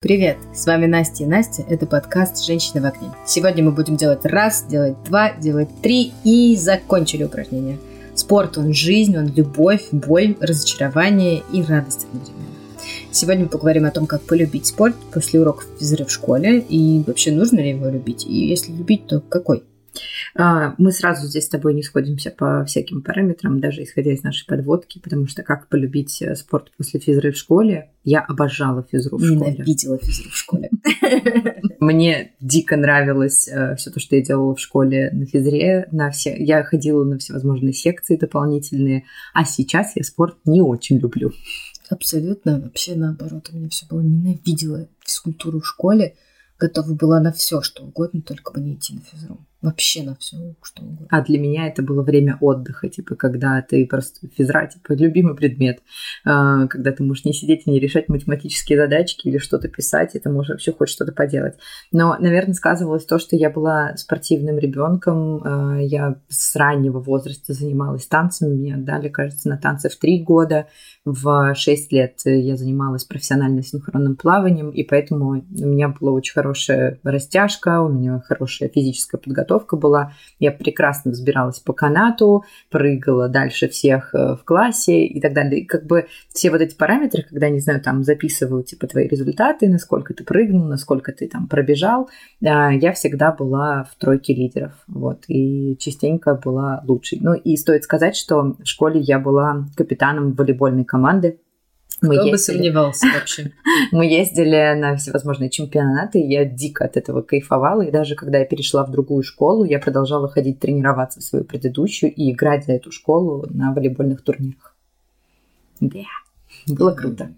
Привет, с вами Настя и Настя, это подкаст «Женщины в огне». Сегодня мы будем делать раз, делать два, делать три и закончили упражнение. Спорт, он жизнь, он любовь, боль, разочарование и радость одновременно. Сегодня мы поговорим о том, как полюбить спорт после уроков физры в школе и вообще нужно ли его любить, и если любить, то какой? Мы сразу здесь с тобой не сходимся по всяким параметрам, даже исходя из нашей подводки, потому что как полюбить спорт после физры в школе? Я обожала физру в школе. Ненавидела физру в школе. Мне дико нравилось все то, что я делала в школе на физре. Я ходила на всевозможные секции дополнительные, а сейчас я спорт не очень люблю. Абсолютно, вообще наоборот. У меня все было, ненавидела физкультуру в школе. Готова была на все, что угодно, только бы не идти на физру. Вообще на все, что угодно. А для меня это было время отдыха, когда ты просто физра, любимый предмет, когда ты можешь не сидеть и не решать математические задачки или что-то писать, и ты можешь вообще хоть что-то поделать. Но, наверное, сказывалось то, что я была спортивным ребенком, я с раннего возраста занималась танцами, меня отдали, кажется, на танцы в 3 года, в 6 лет я занималась профессионально синхронным плаванием, и поэтому у меня была очень хорошая растяжка, у меня хорошая физическая подготовка была. Я прекрасно взбиралась по канату, прыгала дальше всех в классе и так далее. И все вот эти параметры, когда, не знаю, там записывают твои результаты, насколько ты прыгнул, насколько ты там пробежал, я всегда была в тройке лидеров. Вот, и частенько была лучшей. Ну и стоит сказать, что в школе я была капитаном волейбольной команды. Кто бы сомневался вообще. Мы ездили на всевозможные чемпионаты, и я дико от этого кайфовала. И даже когда я перешла в другую школу, я продолжала ходить тренироваться в свою предыдущую и играть за эту школу на волейбольных турнирах. Да, было круто.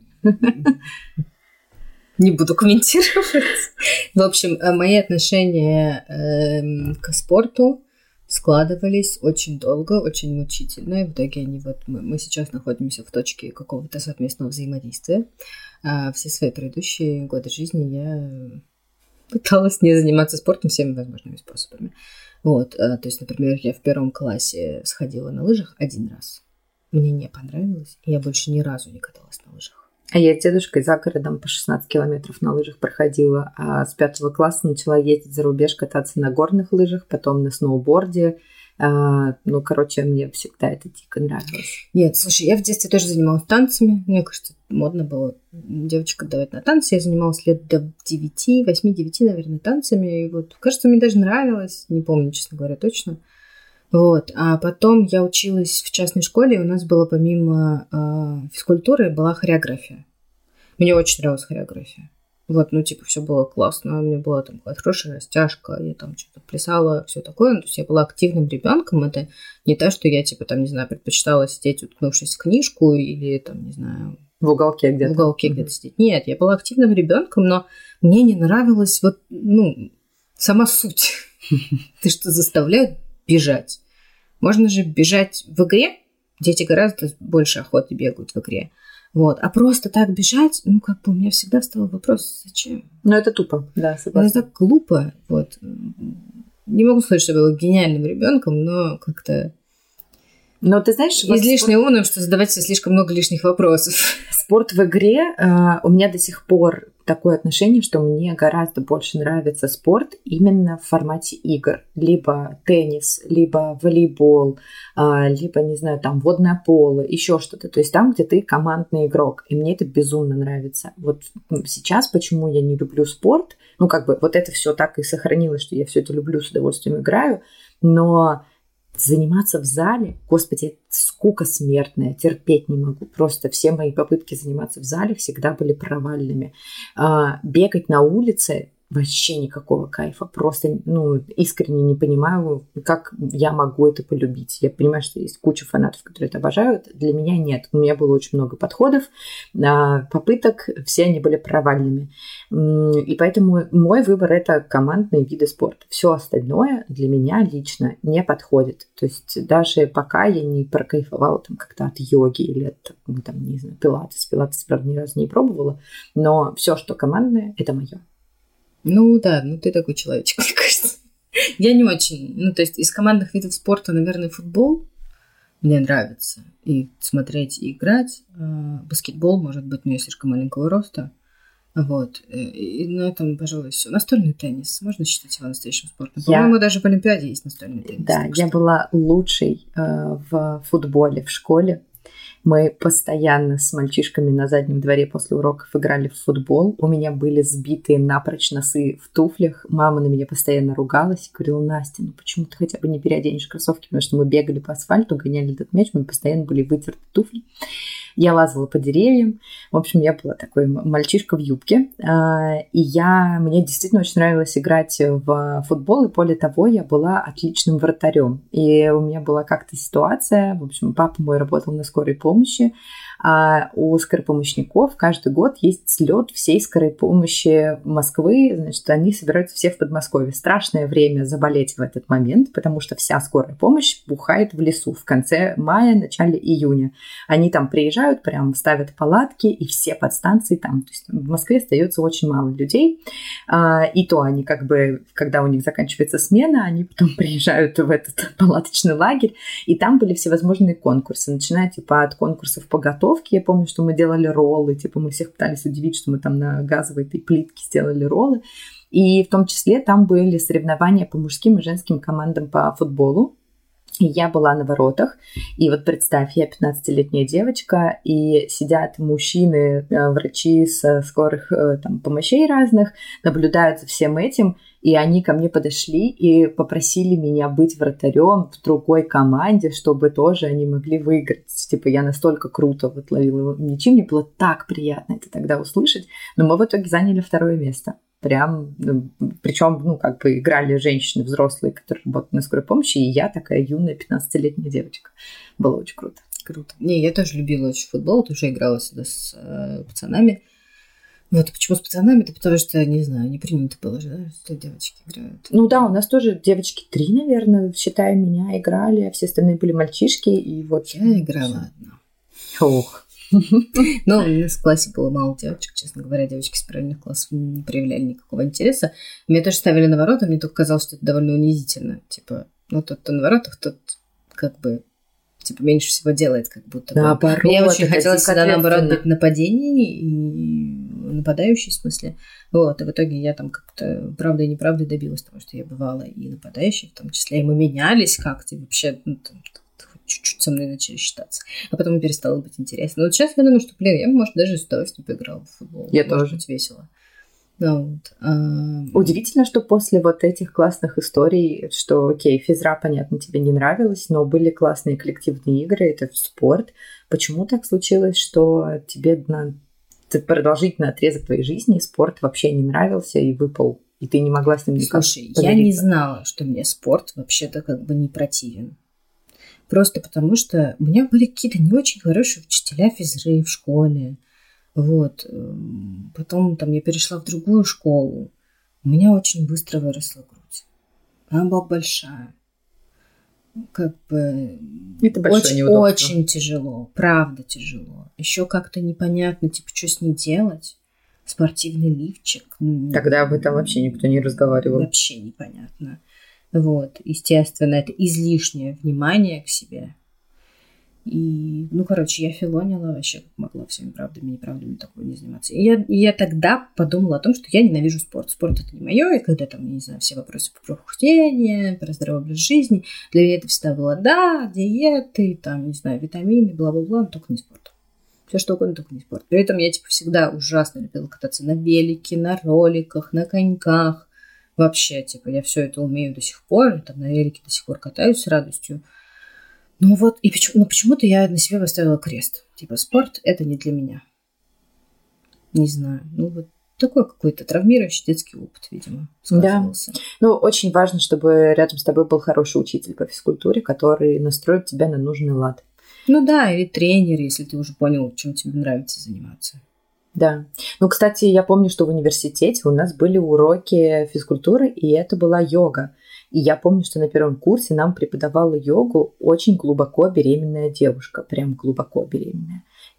Не буду комментировать. В общем, мои отношения к спорту складывались очень долго, очень мучительно, и в итоге мы сейчас находимся в точке какого-то совместного взаимодействия. Все свои предыдущие годы жизни я пыталась не заниматься спортом всеми возможными способами. Вот, то есть, например, я в 1 классе сходила на лыжах 1 раз. Мне не понравилось, и я больше ни разу не каталась на лыжах. А я с дедушкой за городом по 16 километров на лыжах проходила, а с 5 класса начала ездить за рубеж, кататься на горных лыжах, потом на сноуборде. Мне всегда это дико нравилось. Нет, слушай, я в детстве тоже занималась танцами. Мне кажется, модно было девочек отдавать на танцы. Я занималась лет до 9, 8-9, наверное, танцами. И вот, кажется, мне даже нравилось. Не помню, честно говоря, точно. Вот. А потом я училась в частной школе, и у нас было помимо физкультуры была хореография. Мне очень нравилась хореография. Вот, все было классно. У меня была там хорошая растяжка, я там что-то плясала, все такое. То есть я была активным ребенком. Это не то, что я, предпочитала сидеть, уткнувшись в книжку или, не знаю... В уголке где-то. В уголке где-то сидеть. Нет, я была активным ребенком, но мне не нравилась сама суть. Ты что, заставляют бежать? Можно же бежать в игре. Дети гораздо больше охоты бегают в игре. Вот. А просто так бежать, у меня всегда встал вопрос, зачем? Это тупо, да, согласна. Это так глупо. Вот. Не могу сказать, что я была гениальным ребенком, но как-то... Но ты знаешь... Излишне умным, что задавать себе слишком много лишних вопросов. Спорт в игре, у меня до сих пор такое отношение, что мне гораздо больше нравится спорт именно в формате игр. Либо теннис, либо волейбол, либо, не знаю, там водное поло, еще что-то. То есть там, где ты командный игрок. И мне это безумно нравится. Вот сейчас почему я не люблю спорт, вот это все так и сохранилось, что я все это люблю, с удовольствием играю, но... Заниматься в зале, господи, скука смертная, терпеть не могу. Просто все мои попытки заниматься в зале всегда были провальными. Бегать на улице вообще никакого кайфа. Просто, искренне не понимаю, как я могу это полюбить. Я понимаю, что есть куча фанатов, которые это обожают. Для меня нет. У меня было очень много подходов, попыток, все они были провальными. И поэтому мой выбор – это командные виды спорта. Все остальное для меня лично не подходит. То есть даже пока я не прокайфовала как-то от йоги или от, не знаю, пилатес. Пилатес, правда, ни разу не пробовала. Но все, что командное – это мое. Ты такой человечек, мне кажется. Я не очень. То есть из командных видов спорта, наверное, футбол мне нравится. И смотреть, и играть. Баскетбол, может быть, у меня слишком маленького роста. Вот. И на этом, пожалуй, все. Настольный теннис. Можно считать его настоящим спортом? По-моему, даже в Олимпиаде есть настольный теннис. Да, я была лучшей в футболе в школе. Мы постоянно с мальчишками на заднем дворе после уроков играли в футбол. У меня были сбитые напрочь носы в туфлях. Мама на меня постоянно ругалась и говорила: Настя, ну почему ты хотя бы не переоденешь кроссовки? Потому что мы бегали по асфальту, гоняли этот мяч, мы постоянно были вытерты туфли. Я лазала по деревьям. В общем, я была такой мальчишка в юбке. И мне действительно очень нравилось играть в футбол. И более того, я была отличным вратарем. И у меня была как-то ситуация. В общем, папа мой работал на скорой помощи. А у скоропомощников каждый год есть слет всей скорой помощи Москвы. Значит, они собираются все в Подмосковье. Страшное время заболеть в этот момент, потому что вся скорая помощь бухает в лесу в конце мая, начале июня. Они там приезжают, прям ставят палатки, и все подстанции там. То есть в Москве остается очень мало людей. И то они как бы, когда у них заканчивается смена, они потом приезжают в этот палаточный лагерь, и там были всевозможные конкурсы, начиная типа от конкурсов по готовке. Я помню, что мы делали роллы, типа мы всех пытались удивить, что мы там на газовой этой плитке сделали роллы. И в том числе там были соревнования по мужским и женским командам по футболу. И я была на воротах, и вот представь, я 15-летняя девочка, и сидят мужчины, врачи со скорых там, помощей разных, наблюдают за всем этим, и они ко мне подошли и попросили меня быть вратарем в другой команде, чтобы тоже они могли выиграть. Типа я настолько круто вот ловила мячи, мне было так приятно это тогда услышать, но мы в итоге заняли 2 место. Прям, причем, как бы играли женщины взрослые, которые работают на скорой помощи, и я такая юная 15-летняя девочка. Было очень круто. Круто. Не, я тоже любила очень футбол, тоже играла сюда с пацанами. Вот, а почему с пацанами? Это потому что, не знаю, не принято было же, да, что девочки играют. Ну да, у нас тоже девочки 3, наверное, считая меня, играли, а все остальные были мальчишки, и вот... Я играла одна. Ох. Но у нас в классе было мало девочек, честно говоря, девочки с параллельных классов не проявляли никакого интереса. Меня тоже ставили на ворота, мне только казалось, что это довольно унизительно. Типа, тот, кто на воротах, тот как бы типа меньше всего делает, как будто бы. Наоборот, мне очень хотелось всегда, наоборот, быть нападением и нападающей, в смысле. Вот, и в итоге я там как-то правдой и неправдой добилась того, что я бывала и нападающей, в том числе, и мы менялись как-то, вообще, чуть-чуть со мной начали считаться. А потом и перестало быть интересно. Но вот сейчас я думаю, что, я, может, даже с удовольствием поиграла в футбол. Я тоже. Быть весело. Удивительно, что после вот этих классных историй, что, окей, физра, понятно, тебе не нравилось, но были классные коллективные игры, это спорт. Почему так случилось, что тебе на продолжительный отрезок твоей жизни спорт вообще не нравился и выпал, и ты не могла с ним никак помириться? Слушай, я не знала, что мне спорт вообще-то как бы не противен. Просто потому, что у меня были какие-то не очень хорошие учителя физры в школе. Вот. Потом там я перешла в другую школу. У меня очень быстро выросла грудь. Она была большая. Как бы... Это большое неудобство. Очень тяжело. Правда тяжело. Еще как-то непонятно, типа, что с ней делать. Спортивный лифчик. Тогда об этом вообще никто не разговаривал. Вообще непонятно. Вот, естественно, это излишнее внимание к себе. И, я филонила вообще как могла всеми правдами и неправдами такого не заниматься. И я тогда подумала о том, что я ненавижу спорт. Спорт – это не мое, и когда там, не знаю, все вопросы по похудению, про здоровый образ жизни, для меня это всегда было, да, диеты, там, не знаю, витамины, бла-бла-бла, но только не спорт. Все что угодно, только не спорт. При этом я, всегда ужасно любила кататься на велике, на роликах, на коньках. Вообще, я все это умею до сих пор, там на велике до сих пор катаюсь с радостью. Ну вот, и почему-то я на себе поставила крест. Спорт – это не для меня. Не знаю. Такой какой-то травмирующий детский опыт, видимо, сказывался. Да. Очень важно, чтобы рядом с тобой был хороший учитель по физкультуре, который настроит тебя на нужный лад. Или тренер, если ты уже понял, чем тебе нравится заниматься. Да. Кстати, я помню, что в университете у нас были уроки физкультуры, и это была йога. И я помню, что на первом курсе нам преподавала йогу очень глубоко беременная девушка, прям глубоко беременная.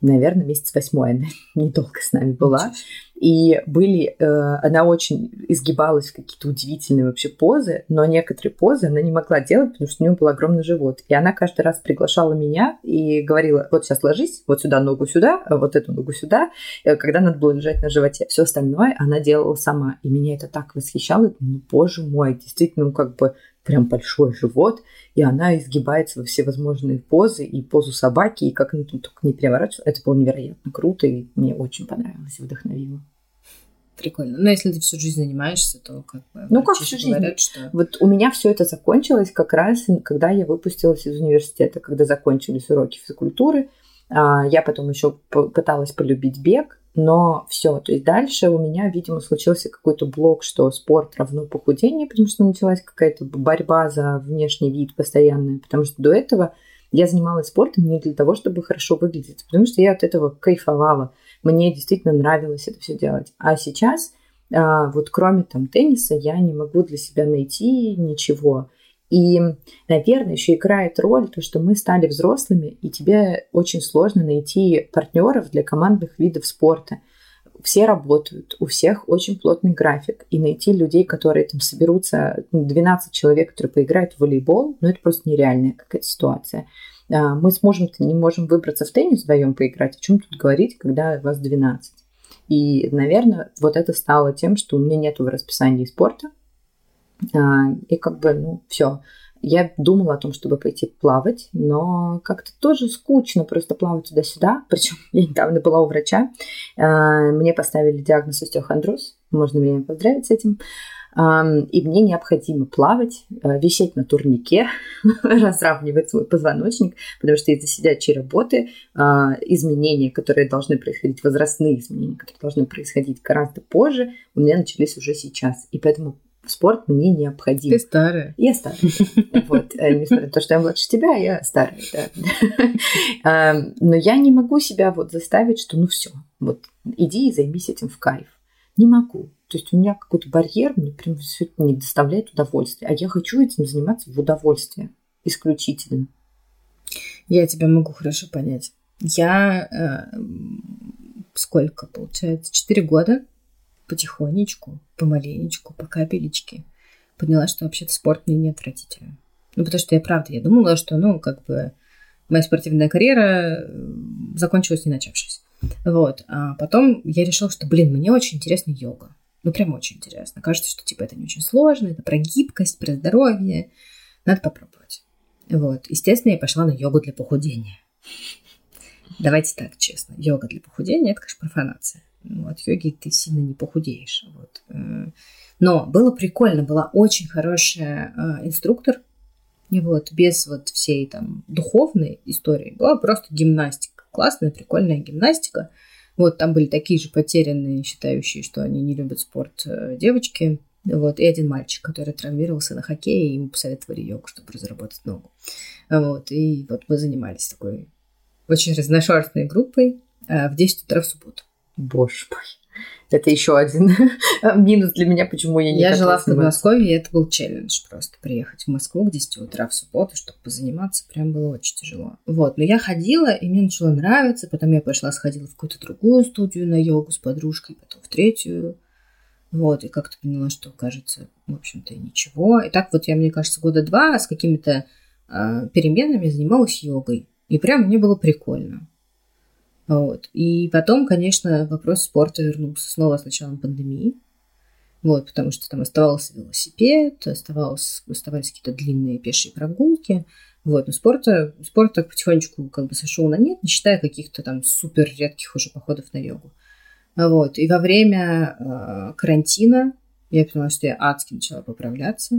наверное, месяц 8 она недолго с нами была. И она очень изгибалась в какие-то удивительные вообще позы, но некоторые позы она не могла делать, потому что у нее был огромный живот. И она каждый раз приглашала меня и говорила: вот сейчас ложись, вот сюда ногу сюда, вот эту ногу сюда, когда надо было лежать на животе. Все остальное она делала сама. И меня это так восхищало. Ну, боже мой, действительно, как бы прям большой живот, и она изгибается во всевозможные позы, и позу собаки, и как она там только не переворачивалась. Это было невероятно круто, и мне очень понравилось и вдохновило. Прикольно. Но если ты всю жизнь занимаешься, то как бы... Ну, как всю жизнь? Говорят, что... Вот у меня все это закончилось как раз, когда я выпустилась из университета, когда закончились уроки физкультуры. Я потом еще пыталась полюбить бег, но все. То есть дальше у меня, видимо, случился какой-то блок, что спорт равно похудение, потому что началась какая-то борьба за внешний вид постоянная. Потому что до этого я занималась спортом не для того, чтобы хорошо выглядеть, потому что я от этого кайфовала. Мне действительно нравилось это все делать. А сейчас, вот кроме там тенниса, я не могу для себя найти ничего. И, наверное, еще играет роль то, что мы стали взрослыми, и тебе очень сложно найти партнеров для командных видов спорта. Все работают, у всех очень плотный график. И найти людей, которые там соберутся, 12 человек, которые поиграют в волейбол, ну, это просто нереальная какая-то ситуация. Мы с мужем-то не можем выбраться в теннис вдвоем поиграть. О чем тут говорить, когда вас 12? И, наверное, вот это стало тем, что у меня нет в расписании спорта. И как бы, ну, все. Я думала о том, чтобы пойти плавать, но как-то тоже скучно просто плавать туда-сюда. Причем я недавно была у врача. Мне поставили диагноз остеохондроз. Можно меня поздравить с этим. И мне необходимо плавать, висеть на турнике, разравнивать свой позвоночник, потому что из-за сидячей работы изменения, которые должны происходить, возрастные изменения, которые должны происходить гораздо позже, у меня начались уже сейчас. И поэтому спорт мне необходим. Ты старая. Я старая. Вот. Несмотря на то, что я младше тебя, я старая, да. Но я не могу себя вот заставить, что ну все, вот иди и займись этим в кайф. Не могу. То есть у меня какой-то барьер, мне прям все это не доставляет удовольствия. А я хочу этим заниматься в удовольствие. Исключительно. Я тебя могу хорошо понять. Я сколько, получается, 4 года потихонечку, помаленечку, по капелечке поняла, что вообще-то спорт мне не отвратителен. Ну, потому что я думала, что, ну, как бы моя спортивная карьера закончилась не начавшись. Вот. А потом я решила, что, мне очень интересна йога. Ну, прям очень интересно. Кажется, что, типа, это не очень сложно, это про гибкость, про здоровье. Надо попробовать. Вот. Естественно, я пошла на йогу для похудения. Давайте так, честно. Йога для похудения – это, конечно, профанация. Ну, от йоги ты сильно не похудеешь. Вот. Но было прикольно, была очень хорошая инструктор, и вот, без вот всей там духовной истории. Была просто гимнастика. Классная, прикольная гимнастика. Вот, там были такие же потерянные, считающие, что они не любят спорт, девочки. Вот, и один мальчик, который травмировался на хоккее, и ему посоветовали йогу, чтобы разработать ногу. Вот, и вот мы занимались такой очень разношерстной группой в 10 утра в субботу. Боже мой. Это еще один минус для меня, почему я не Я жила в Подмосковье, и это был челлендж просто приехать в Москву к 10 утра в субботу, чтобы позаниматься. Прям было очень тяжело. Вот, но я ходила, и мне начало нравиться. Потом я сходила в какую-то другую студию на йогу с подружкой, потом в третью. Вот, и как-то поняла, что, кажется, в общем-то, ничего. И так вот я, мне кажется, 2 года с какими-то переменами занималась йогой. И прям мне было прикольно. Вот. И потом, конечно, вопрос спорта вернулся снова с началом пандемии. Вот, потому что там оставался велосипед, оставались какие-то длинные пешие прогулки. Вот, но спорт так потихонечку как бы сошел на нет, не считая каких-то там супер редких уже походов на йогу. Вот. И во время карантина я поняла, что я адски начала поправляться.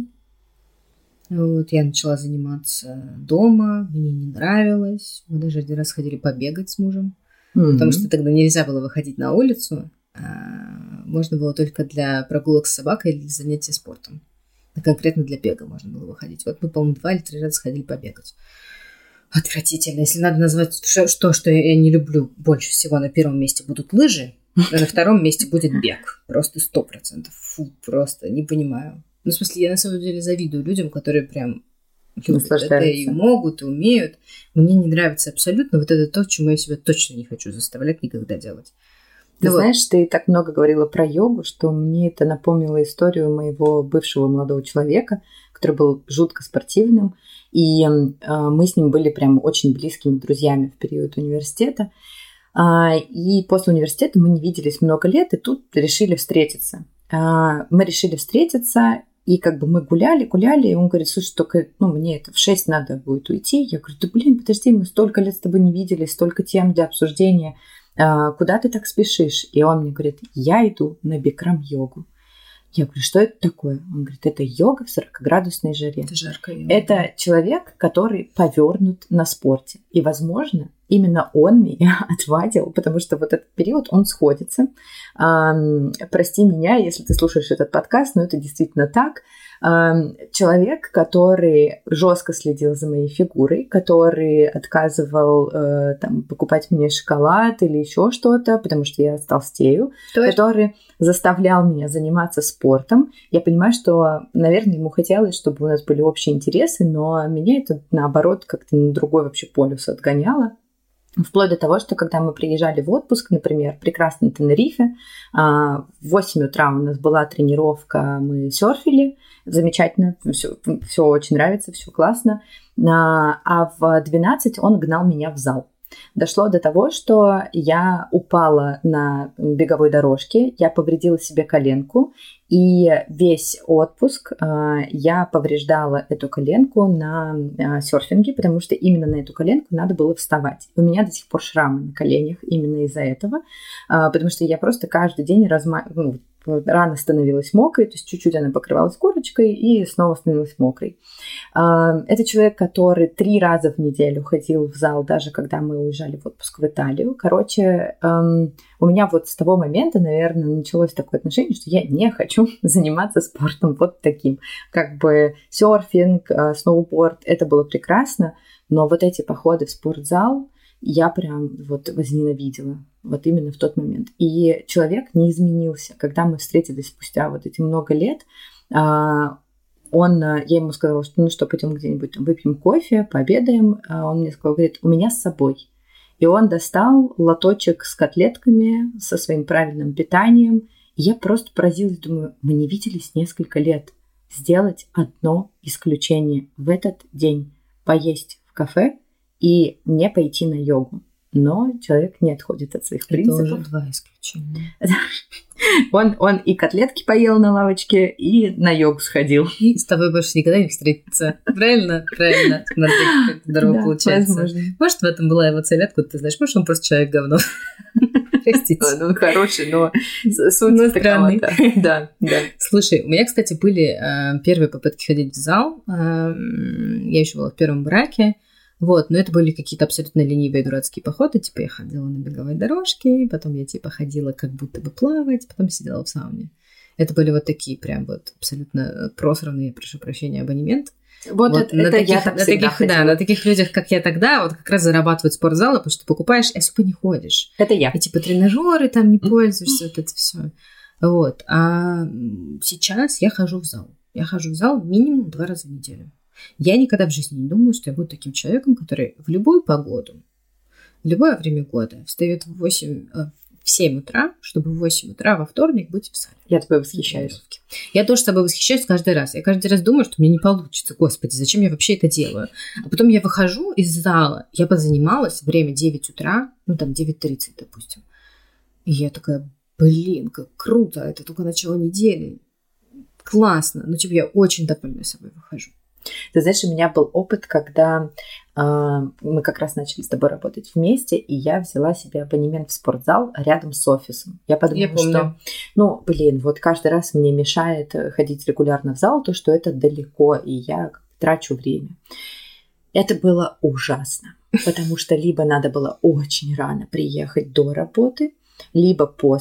Вот. Я начала заниматься дома, мне не нравилось. Мы даже один раз ходили побегать с мужем. Потому что тогда нельзя было выходить на улицу. Можно было только для прогулок с собакой или для занятия спортом. А конкретно для бега можно было выходить. Вот мы, по-моему, 2 или 3 раза сходили побегать. Отвратительно. Если надо назвать что я не люблю больше всего, на первом месте будут лыжи, а на втором месте будет бег. Просто 100%. Фу, просто не понимаю. Ну, в смысле, я на самом деле завидую людям, которые прям наслаждаются. Это и могут, и умеют. Мне не нравится абсолютно. Вот это то, чему я себя точно не хочу заставлять никогда делать. Ты знаешь, ты так много говорила про йогу, что мне это напомнило историю моего бывшего молодого человека, который был жутко спортивным, и мы с ним были прям очень близкими друзьями в период университета. И после университета мы не виделись много лет, и тут решили встретиться. Мы решили встретиться, и как бы мы гуляли, и он говорит: слушай, только мне это в 6 надо будет уйти. Я говорю: да блин, подожди, мы столько лет с тобой не виделись, столько тем для обсуждения. Куда ты так спешишь? И он мне говорит: я иду на бикрам-йогу. Я говорю: что это такое? Он говорит: это йога в 40-градусной жаре. Это жарко. Это человек, который повернут на спорте. И, возможно, именно он меня отвадил, потому что вот этот период, он сходится. Прости меня, если ты слушаешь этот подкаст, но это действительно так. Человек, который жестко следил за моей фигурой, который отказывал покупать мне шоколад или еще что-то, потому что я толстею, который заставлял меня заниматься спортом. Я понимаю, что, наверное, ему хотелось, чтобы у нас были общие интересы, но меня это, наоборот, как-то на другой вообще полюс отгоняло. Вплоть до того, что когда мы приезжали в отпуск, например, прекрасно на Тенерифе, в 8 утра у нас была тренировка, мы серфили, замечательно, все очень нравится, все классно, а в 12 он гнал меня в зал. Дошло до того, что я упала на беговой дорожке, я повредила себе коленку, и весь отпуск я повреждала эту коленку на серфинге, потому что именно на эту коленку надо было вставать. У меня до сих пор шрамы на коленях именно из-за этого, потому что я просто каждый день рана становилась мокрой, то есть чуть-чуть она покрывалась корочкой и снова становилась мокрой. Это человек, который 3 раза в неделю ходил в зал, даже когда мы уезжали в отпуск в Италию. Короче, у меня вот с того момента, наверное, началось такое отношение, что я не хочу заниматься спортом вот таким. Как бы серфинг, сноуборд, это было прекрасно, но вот эти походы в спортзал я прям вот возненавидела. Вот именно в тот момент. И человек не изменился. Когда мы встретились спустя вот эти много лет, я ему сказала, что пойдем где-нибудь выпьем кофе, пообедаем. Он мне сказал, говорит: у меня с собой. И он достал лоточек с котлетками, со своим правильным питанием. И я просто поразилась, думаю, мы не виделись несколько лет. Сделать одно исключение в этот день. Поесть в кафе и не пойти на йогу. Но человек не отходит от своих принципов. Это уже 2 исключения. Он и котлетки поел на лавочке, и на йогу сходил. И с тобой больше никогда не встретиться. Правильно? Правильно. Смотри, как здорово получается. Возможно. Может, в этом была его цель, откуда ты знаешь? Может, он просто человек говно. Простите. Он хороший, но суть странный. Да. Слушай, у меня, кстати, были первые попытки ходить в зал. Я еще была в первом браке. Вот, но это были какие-то абсолютно ленивые дурацкие походы, типа я ходила на беговой дорожке, потом я типа ходила как будто бы плавать, потом сидела в сауне. Это были вот такие прям вот абсолютно просранные, прошу прощения, абонемент. Вот это я так всегда ходила. Да, на таких людях, как я тогда, вот как раз зарабатывают спортзалы, потому что покупаешь и особо не ходишь. Это я. И типа тренажеры там не пользуешься, вот это все. Вот, а сейчас я хожу в зал. Я хожу в зал минимум 2 раза в неделю. Я никогда в жизни не думала, что я буду таким человеком, который в любую погоду, в любое время года встает в 7 утра, чтобы в 8 утра во вторник быть в зале. Я тобой восхищаюсь. Я тоже тобой восхищаюсь каждый раз. Я каждый раз думаю, что мне не получится. Господи, зачем я вообще это делаю? А потом я выхожу из зала, я позанималась, время 9 утра, 9:30, допустим. И я такая, блин, как круто, это только начало недели. Классно. Я очень довольна собой выхожу. Ты знаешь, у меня был опыт, когда мы как раз начали с тобой работать вместе, и я взяла себе абонемент в спортзал рядом с офисом. Я подумала, что, вот каждый раз мне мешает ходить регулярно в зал, то, что это далеко, и я трачу время. Это было ужасно, потому что либо надо было очень рано приехать до работы, либо после,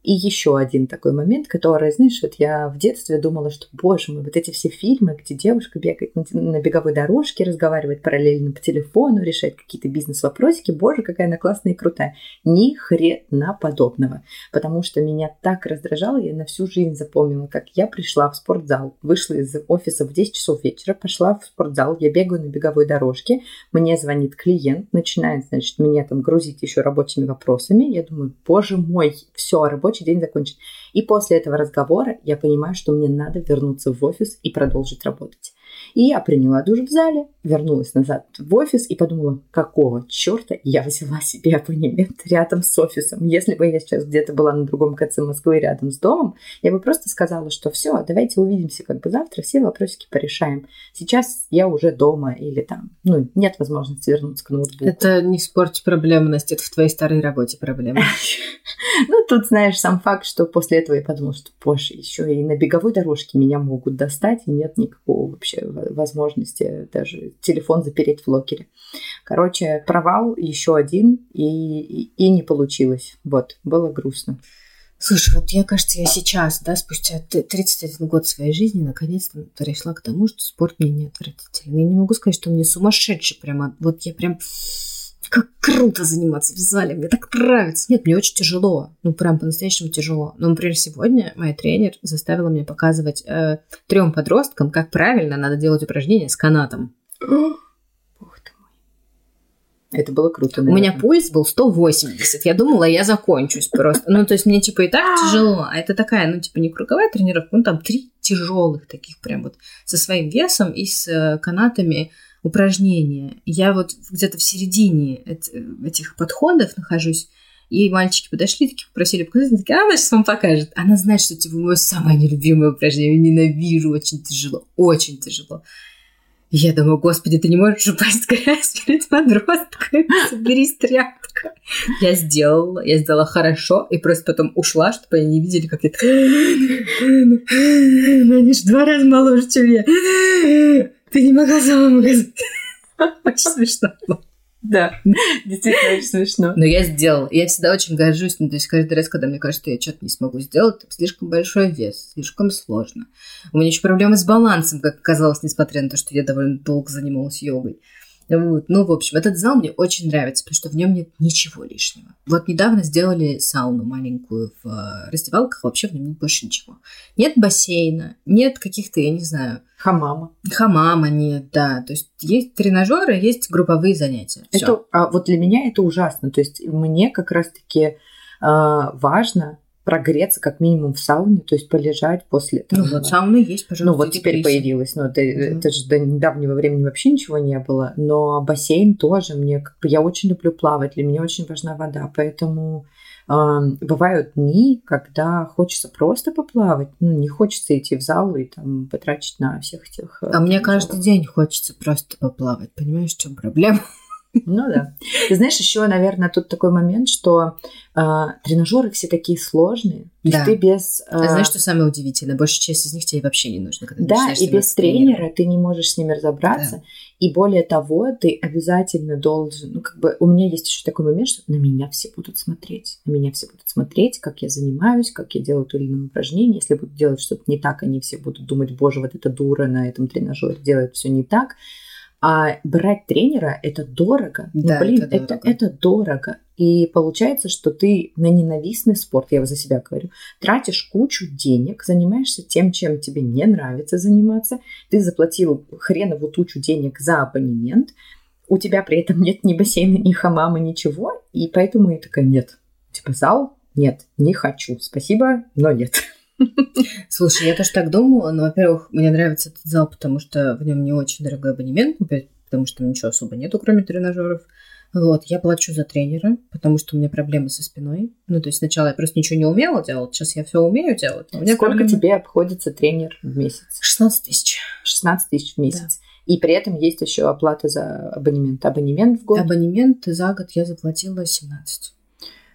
И еще один такой момент, который, знаешь, вот я в детстве думала, что, боже мой, вот эти все фильмы, где девушка бегает на беговой дорожке, разговаривает параллельно по телефону, решает какие-то бизнес-вопросики, боже, какая она классная и крутая. Ни хрена подобного. Потому что меня так раздражало, я на всю жизнь запомнила, как я пришла в спортзал, вышла из офиса в 10 часов вечера, пошла в спортзал, я бегаю на беговой дорожке, мне звонит клиент, начинает, значит, меня там грузить еще рабочими вопросами. Я думаю, боже мой, все, рабочий день закончен. И после этого разговора я понимаю, что мне надо вернуться в офис и продолжить работать. И я приняла душ в зале, вернулась назад в офис и подумала, какого черта я взяла себе абонемент рядом с офисом. Если бы я сейчас где-то была на другом конце Москвы рядом с домом, я бы просто сказала, что все, давайте увидимся как бы завтра, все вопросики порешаем. Сейчас я уже дома или там, нет возможности вернуться к ноутбуку. Это не в спорте проблема, Настя, это в твоей старой работе проблема. Тут, знаешь, сам факт, что после этого я подумала, что, боже, еще и на беговой дорожке меня могут достать, и нет никакого вообще возможности даже телефон запереть в локере. Короче, провал еще один, и не получилось. Вот, было грустно. Слушай, вот я, кажется, я сейчас, спустя 31 год своей жизни, наконец-то пришла к тому, что спорт мне не отвратительный. Я не могу сказать, что мне сумасшедший прямо. Вот я прям... Как круто заниматься в зале, мне так нравится. Нет, мне очень тяжело, прям по-настоящему тяжело. Но, например, сегодня моя тренер заставила меня показывать 3 подросткам, как правильно надо делать упражнения с канатом. Бог ты мой. Это было круто, наверное. У меня пульс был 180. Я думала, я закончусь просто. То есть мне, и так тяжело. А это такая, не круговая тренировка, там 3 тяжелых таких прям вот со своим весом и с канатами упражнения. Я вот где-то в середине этих подходов нахожусь, и мальчики подошли, такие попросили показать, они такие, она сейчас вам покажет. Она знает, что это мое самое нелюбимое упражнение, я ненавижу, очень тяжело, очень тяжело. И я думаю, господи, ты не можешь упасть в грязь перед подростками, соберись, тряпка. Я сделала хорошо, и просто потом ушла, чтобы они не видели, как я... Они же 2 раза моложе, чем я. Ты не могла сама показать. Очень смешно было. Да, действительно очень смешно. Но я сделала. Я всегда очень горжусь. То есть каждый раз, когда мне кажется, что я что-то не смогу сделать, там слишком большой вес, слишком сложно. У меня еще проблемы с балансом, как оказалось, несмотря на то, что я довольно долго занималась йогой. Вот. В общем, этот зал мне очень нравится, потому что в нем нет ничего лишнего. Вот недавно сделали сауну маленькую в раздевалках, вообще в нем нет больше ничего. Нет бассейна, нет каких-то, я не знаю... Хамама нет, да. То есть есть тренажеры, есть групповые занятия. Вот для меня это ужасно. То есть мне как раз-таки важно прогреться как минимум в сауне, то есть полежать после этого. Вот сауна есть, пожалуйста. Вот теперь появилась. Это же до недавнего времени вообще ничего не было. Но бассейн тоже я очень люблю плавать, для меня очень важна вода, поэтому бывают дни, когда хочется просто поплавать, не хочется идти в зал и там потратить на всех этих... мне каждый день хочется просто поплавать, понимаешь, в чем проблема? Да. Ты знаешь, еще, наверное, тут такой момент, что тренажеры все такие сложные. То есть ты без... знаешь, что самое удивительное? Большая часть из них тебе вообще не нужна. Да, и без тренера ты не можешь с ними разобраться. Да. И более того, ты обязательно должен... у меня есть еще такой момент, что на меня все будут смотреть. Как я занимаюсь, как я делаю то или иное упражнение. Если буду делать что-то не так, они все будут думать, боже, вот эта дура на этом тренажере делает все не так. А брать тренера – это дорого. Да, это дорого. И получается, что ты на ненавистный спорт, я за себя говорю, тратишь кучу денег, занимаешься тем, чем тебе не нравится заниматься. Ты заплатил хреновую тучу денег за абонемент. У тебя при этом нет ни бассейна, ни хамама, ничего. И поэтому я такая, нет. Зал? Нет, не хочу. Спасибо, но нет. Слушай, я тоже так думала, но, во-первых, мне нравится этот зал, потому что в нем не очень дорогой абонемент, потому что ничего особо нету, кроме тренажеров. Вот, я плачу за тренера, потому что у меня проблемы со спиной. То есть сначала я просто ничего не умела делать, сейчас я все умею делать. Сколько тебе обходится тренер в месяц? 16 тысяч. 16 тысяч в месяц. Да. И при этом есть еще оплата за абонемент. Абонемент в год? Абонемент за год я заплатила 17.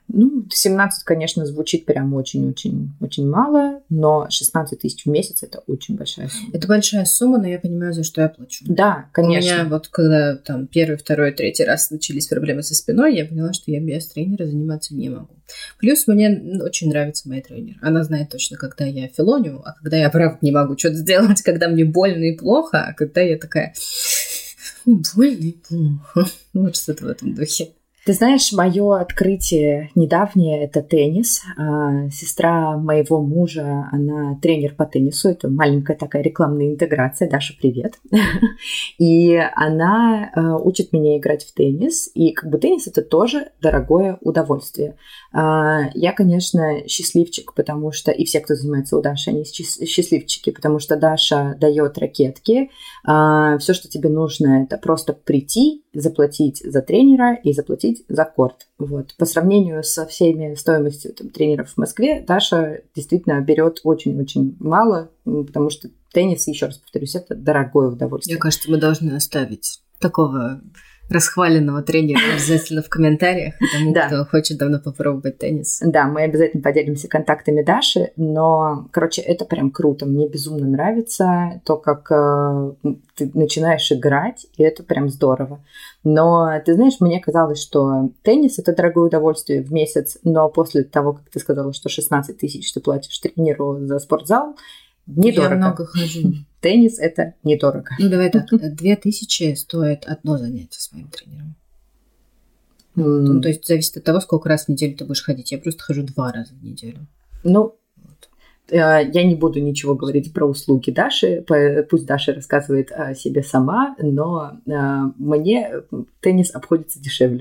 Ну, 17, конечно, звучит прям очень-очень-очень мало, но 16 тысяч в месяц – это очень большая сумма. Это большая сумма, но я понимаю, за что я плачу. Да, конечно. У меня вот когда там первый, второй, третий раз начались проблемы со спиной, я поняла, что я без тренера заниматься не могу. Плюс мне очень нравится моя тренер. Она знает точно, когда я филоню, а когда я, правда, не могу что-то сделать, когда мне больно и плохо, а когда я такая... Не больно и плохо. Вот что-то в этом духе. Ты знаешь, мое открытие недавнее – это теннис. Сестра моего мужа, она тренер по теннису. Это маленькая такая рекламная интеграция. Даша, привет. И она учит меня играть в теннис. И как бы теннис – это тоже дорогое удовольствие. Я, конечно, счастливчик, потому что... И все, кто занимается у Даши, они счастливчики, потому что Даша дает ракетки. Все, что тебе нужно, это просто прийти, заплатить за тренера и заплатить за корт. Вот. По сравнению со всеми стоимостью там, тренеров в Москве, Даша действительно берет очень-очень мало, потому что теннис, еще раз повторюсь, это дорогое удовольствие. Мне кажется, мы должны оставить такого расхваленного тренера обязательно в комментариях тому, кто хочет давно попробовать теннис. Да, мы обязательно поделимся контактами Даши, но, короче, это прям круто. Мне безумно нравится то, как ты начинаешь играть, и это прям здорово. Но, ты знаешь, мне казалось, что теннис – это дорогое удовольствие в месяц, но после того, как ты сказала, что 16 тысяч ты платишь тренеру за спортзал, недорого. Я много хожу. Теннис – это недорого. Ну, давай так, 2000 стоит одно занятие с моим тренером. Ну, то есть зависит от того, сколько раз в неделю ты будешь ходить. Я просто хожу 2 раза в неделю. Ну, я не буду ничего говорить про услуги Даши, пусть Даша рассказывает о себе сама, но мне теннис обходится дешевле.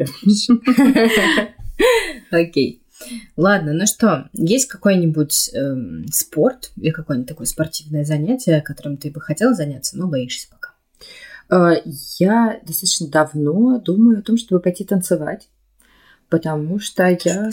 Окей. Ладно, ну что, есть какой-нибудь спорт или какое-нибудь такое спортивное занятие, которым ты бы хотела заняться, но боишься пока? Я достаточно давно думаю о том, чтобы пойти танцевать, потому что я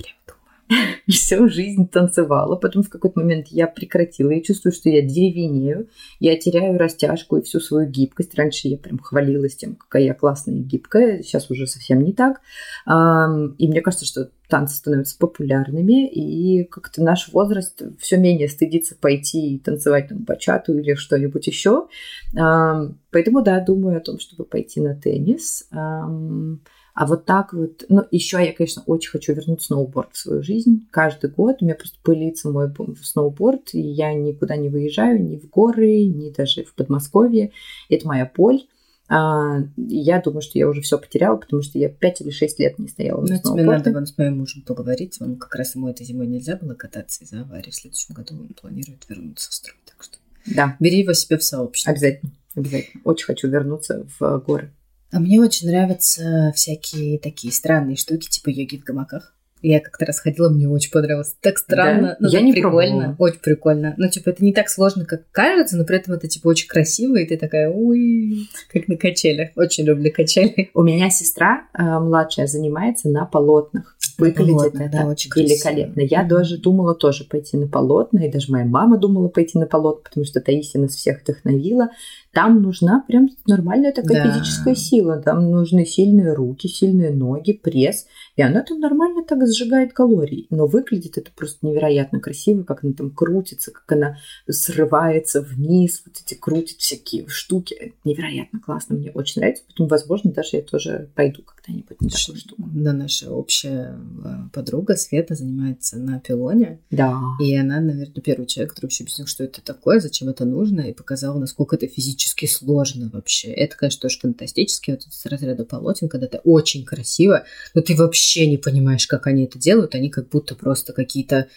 всю жизнь танцевала, потом в какой-то момент я прекратила, я чувствую, что я деревенею, я теряю растяжку и всю свою гибкость. Раньше я прям хвалилась тем, какая я классная и гибкая, сейчас уже совсем не так. И мне кажется, что танцы становятся популярными, и как-то наш возраст все менее стыдится пойти и танцевать там бачату или что-нибудь еще. Поэтому, да, думаю о том, чтобы пойти на теннис. А вот так вот... Ну, еще я, конечно, очень хочу вернуть сноуборд в свою жизнь. Каждый год у меня просто пылится мой сноуборд, и я никуда не выезжаю, ни в горы, ни даже в Подмосковье. Это моя боль. Я думаю, что я уже все потеряла, потому что я 5 или 6 лет не стояла на сноуборде. Тебе надо вон с моим мужем поговорить. Он как раз ему этой зимой нельзя было кататься из-за аварии. В следующем году он планирует вернуться в строй. Так что да. Бери его себе в сообщество. Обязательно. Очень хочу вернуться в горы. А мне очень нравятся всякие такие странные штуки, типа йоги в гамаках. Я как-то раз ходила, мне очень понравилось. Так странно, но я так не прикольно. пробовала. Очень прикольно. Ну, типа, это не так сложно, как кажется, но при этом это, типа, очень красиво, и ты такая, ой, как на качелях. Очень люблю качели. У меня сестра младшая занимается на полотнах. Выглядит это очень великолепно. Я даже думала тоже пойти на полотна, и даже моя мама думала пойти на полотна, потому что Таисия нас всех вдохновила. Там нужна прям нормальная такая физическая сила. Там нужны сильные руки, сильные ноги, пресс. И она там нормально так сжигает калорий. Но выглядит это просто невероятно красиво, как она там крутится, как она срывается вниз, вот эти крутит всякие штуки. Это невероятно классно, мне очень нравится. Поэтому, возможно, даже я тоже пойду когда-нибудь на такую штуку. Да, наша общая подруга Света занимается на пилоне. Да. И она, наверное, первый человек, который вообще объяснил, что это такое, зачем это нужно, и показала, насколько это физически сложно вообще. Это, конечно, тоже фантастически, вот с разряда полотен, когда это очень красиво, но ты вообще не понимаешь, как они это делают. Они как будто просто какие-то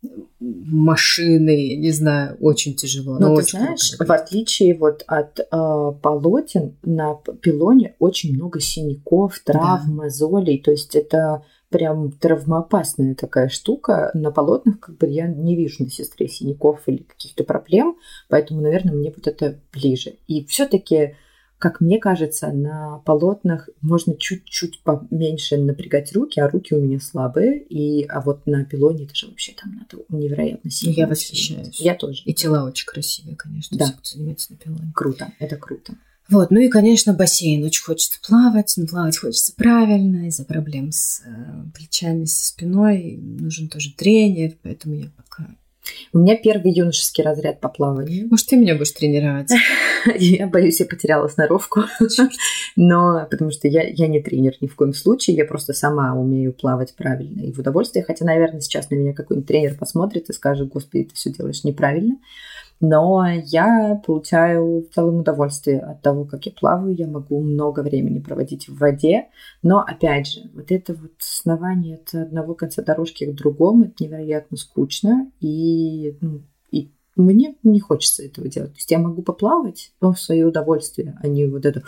машины, не знаю, очень тяжело. Но ты знаешь, в отличие вот от полотен, на пилоне очень много синяков, травм, мозолей. То есть это прям травмоопасная такая штука. На полотнах как бы я не вижу на сестре синяков или каких-то проблем, поэтому, наверное, мне вот это ближе. И все-таки, как мне кажется, на полотнах можно чуть-чуть поменьше напрягать руки, а руки у меня слабые. А вот на пилоне это же вообще там надо невероятно сильно. Я восхищаюсь. Я тоже. И тела очень красивые, конечно, да. все, кто занимается на пилоне. Круто, это круто. Вот, ну и, конечно, бассейн. Очень хочется плавать, но плавать хочется правильно. Из-за проблем с плечами, со спиной нужен тоже тренер, поэтому я пока... У меня первый юношеский разряд по плаванию. Может, ты меня будешь тренировать? Я боюсь, я потеряла сноровку. Но потому что я не тренер ни в коем случае. Я просто сама умею плавать правильно и в удовольствие. Хотя, наверное, сейчас на меня какой-нибудь тренер посмотрит и скажет: господи, ты все делаешь неправильно. Но я получаю в целом удовольствие от того, как я плаваю. Я могу много времени проводить в воде. Но, опять же, вот это вот снование от одного конца дорожки к другому, это невероятно скучно. И мне не хочется этого делать. То есть я могу поплавать, но в свое удовольствие, а не вот это...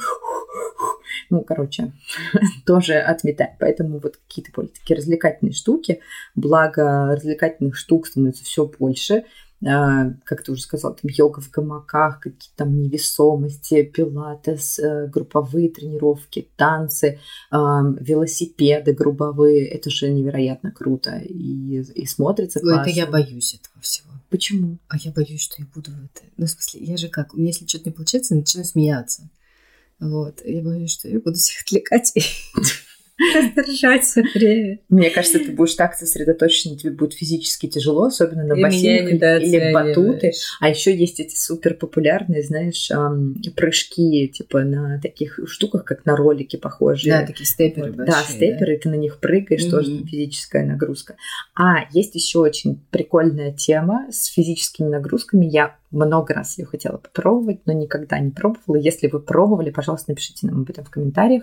тоже отметать. Поэтому вот какие-то более такие развлекательные штуки. Благо, развлекательных штук становится все больше. Как ты уже сказала, там йога в гамаках, какие-то там невесомости, пилатес, групповые тренировки, танцы, велосипеды групповые. Это же невероятно круто и смотрится классно. Это я боюсь этого всего. Почему? А я боюсь, что я буду в это... Ну, в смысле, я же как? У меня если что-то не получается, я начинаю смеяться. Вот. Я боюсь, что я буду всех отвлекать и раздражать все время. Мне кажется, ты будешь так сосредоточена, тебе будет физически тяжело, особенно на бассейнах или батуты. А еще есть эти супер популярные, знаешь, прыжки, типа на таких штуках, как на ролики похожие. Да, такие степеры большие. Да, степеры, и ты на них прыгаешь, тоже физическая нагрузка. А есть еще очень прикольная тема с физическими нагрузками. Я много раз ее хотела попробовать, но никогда не пробовала. Если вы пробовали, пожалуйста, напишите нам об этом в комментариях.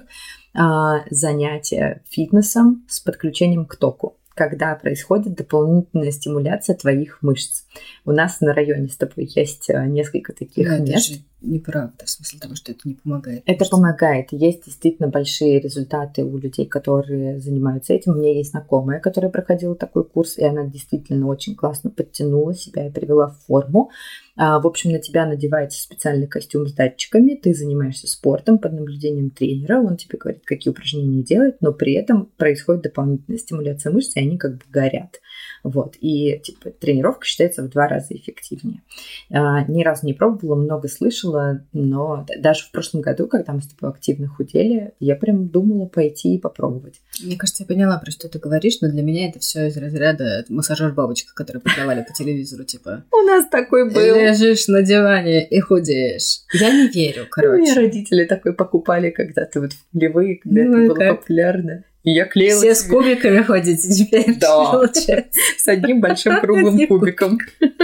Занятия фитнесом с подключением к току, когда происходит дополнительная стимуляция твоих мышц. У нас на районе с тобой есть несколько таких мест. Это же неправда, в смысле того, что это не помогает. Это помогает. Есть действительно большие результаты у людей, которые занимаются этим. У меня есть знакомая, которая проходила такой курс, и она действительно очень классно подтянула себя и привела в форму. В общем, на тебя надевается специальный костюм с датчиками, ты занимаешься спортом под наблюдением тренера, он тебе говорит, какие упражнения делать, но при этом происходит дополнительная стимуляция мышц, и они как бы горят. Вот. И типа тренировка считается в 2 раза эффективнее. Ни разу не пробовала, много слышала, но даже в прошлом году, когда мы с тобой активно худели, я прям думала пойти и попробовать. Мне кажется, я поняла, про что ты говоришь, но для меня это все из разряда массажер-бабочка, который продавали по телевизору, типа... У нас такой был. Лежишь на диване и худеешь. Я не верю, короче. У меня родители такой покупали когда-то вот в нулевые, когда это было популярно. И я клеила все себе... с кубиками ходите теперь. Да, с одним большим круглым кубиком.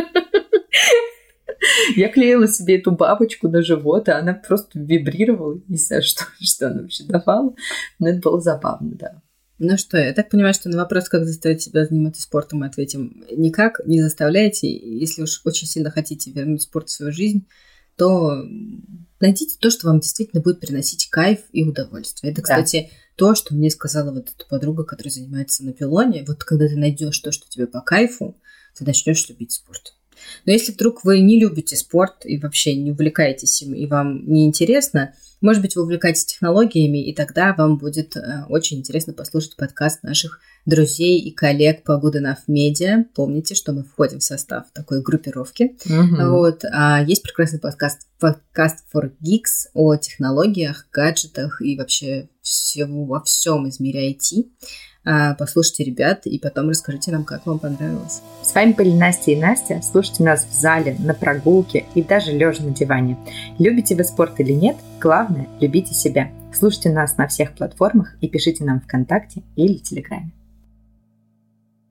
Я клеила себе эту бабочку на живот, и она просто вибрировала. Не знаю, что она вообще давала, но это было забавно, да. Ну что, я так понимаю, что на вопрос, как заставить себя заниматься спортом, мы ответим никак, не заставляйте. Если уж очень сильно хотите вернуть спорт в свою жизнь, то найдите то, что вам действительно будет приносить кайф и удовольствие. Это, кстати, то, что мне сказала вот эта подруга, которая занимается на пилоне. Вот когда ты найдешь то, что тебе по кайфу, ты начнешь любить спорт. Но если вдруг вы не любите спорт и вообще не увлекаетесь им, и вам не интересно, может быть, вы увлекаетесь технологиями, и тогда вам будет очень интересно послушать подкаст наших друзей и коллег по Good Enough Media. Помните, что мы входим в состав такой группировки. Вот. А есть прекрасный подкаст for Geeks о технологиях, гаджетах и вообще во всем из мира IT. Послушайте ребят и потом расскажите нам, как вам понравилось. С вами были Настя и Настя. Слушайте нас в зале, на прогулке и даже лежа на диване. Любите вы спорт или нет? Главное, любите себя. Слушайте нас на всех платформах и пишите нам ВКонтакте или Телеграме.